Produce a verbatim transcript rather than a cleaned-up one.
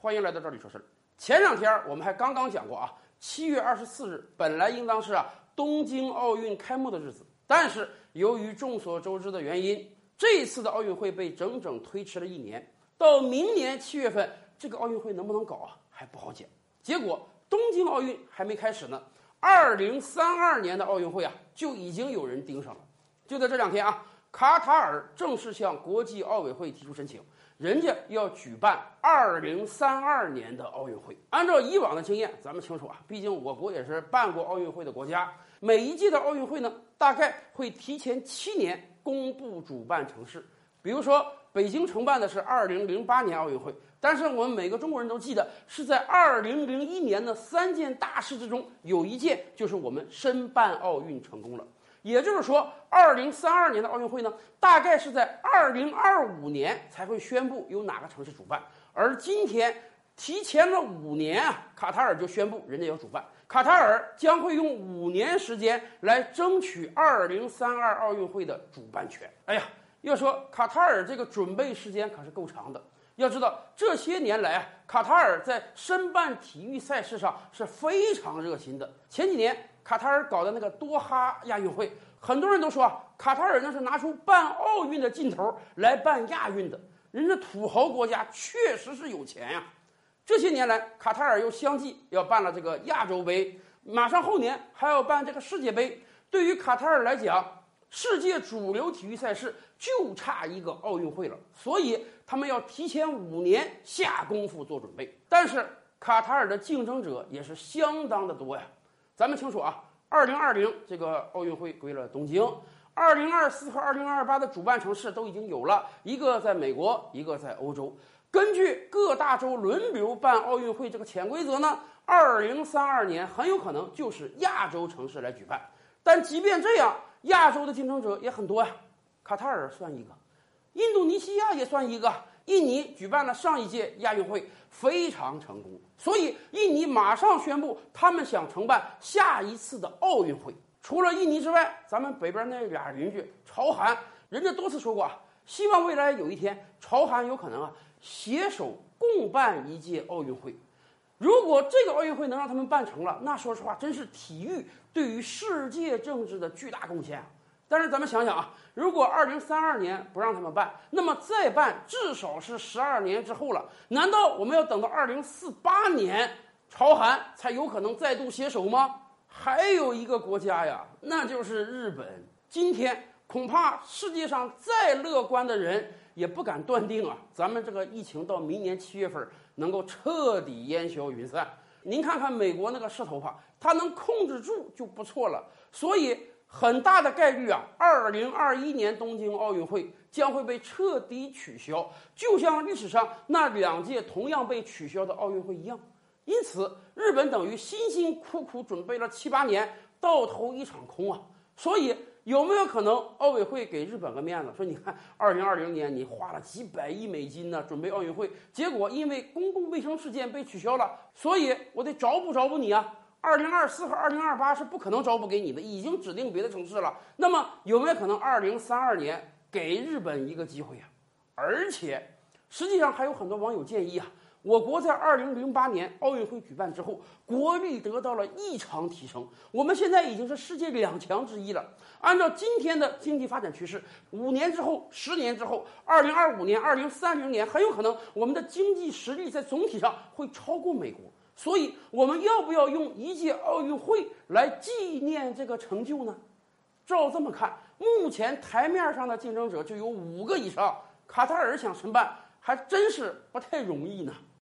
欢迎来到这里说事儿。前两天我们还刚刚讲过啊，七月二十四日本来应当是啊东京奥运开幕的日子，但是由于众所周知的原因，这一次的奥运会被整整推迟了一年，到明年七月份，这个奥运会能不能搞啊还不好讲。结果东京奥运还没开始呢，二零三二年的奥运会啊就已经有人盯上了。就在这两天啊，卡塔尔正式向国际奥委会提出申请，人家要举办二零三二年的奥运会。按照以往的经验，咱们清楚啊，毕竟我国也是办过奥运会的国家，每一届的奥运会呢，大概会提前七年公布主办城市。比如说北京承办的是二零零八年奥运会，但是我们每个中国人都记得，是在二零零一年的三件大事之中，有一件就是我们申办奥运成功了。也就是说，二零三二年的奥运会呢，大概是在二零二五年才会宣布由哪个城市主办。而今天提前了五年啊，卡塔尔就宣布人家要主办。卡塔尔将会用五年时间来争取二零三二奥运会的主办权。哎呀，要说卡塔尔这个准备时间可是够长的。要知道这些年来啊，卡塔尔在申办体育赛事上是非常热心的。前几年卡塔尔搞的那个多哈亚运会，很多人都说啊，卡塔尔那是拿出办奥运的劲头来办亚运的。人家土豪国家确实是有钱呀。这些年来，卡塔尔又相继要办了这个亚洲杯，马上后年还要办这个世界杯。对于卡塔尔来讲，世界主流体育赛事就差一个奥运会了，所以他们要提前五年下功夫做准备。但是卡塔尔的竞争者也是相当的多呀。咱们清楚啊，二零二零这个奥运会归了东京，二零二四和二零二八的主办城市都已经有了，一个在美国，一个在欧洲。根据各大洲轮流办奥运会这个潜规则呢，二零三二年很有可能就是亚洲城市来举办。但即便这样，亚洲的竞争者也很多呀，卡塔尔算一个，印度尼西亚也算一个。印尼举办了上一届亚运会，非常成功，所以印尼马上宣布他们想承办下一次的奥运会。除了印尼之外，咱们北边那俩邻居朝韩，人家多次说过啊，希望未来有一天朝韩有可能啊携手共办一届奥运会。如果这个奥运会能让他们办成了，那说实话真是体育对于世界政治的巨大贡献啊。但是咱们想想啊，如果二零三二年不让他们办，那么再办至少是十二年之后了。难道我们要等到二零四八年朝韩才有可能再度携手吗？还有一个国家呀，那就是日本。今天恐怕世界上再乐观的人也不敢断定啊，咱们这个疫情到明年七月份能够彻底烟消云散。您看看美国那个势头吧，它能控制住就不错了。所以很大的概率啊，二零二一年东京奥运会将会被彻底取消，就像历史上那两届同样被取消的奥运会一样。因此，日本等于辛辛苦苦准备了七八年，到头一场空啊！所以，有没有可能奥委会给日本个面子，说你看，二零二零年你花了几百亿美金呢，准备奥运会，结果因为公共卫生事件被取消了，所以我得找补找补你啊！二零二四和二零二八是不可能招补给你的，已经指定别的城市了。那么有没有可能二零三二年给日本一个机会啊？而且，实际上还有很多网友建议啊，我国在二零零八年奥运会举办之后，国力得到了异常提升，我们现在已经是世界两强之一了。按照今天的经济发展趋势，五年之后、十年之后，二零二五年、二零三零年，很有可能我们的经济实力在总体上会超过美国。所以我们要不要用一届奥运会来纪念这个成就呢？照这么看，目前台面上的竞争者就有五个以上，卡塔尔想申办还真是不太容易呢。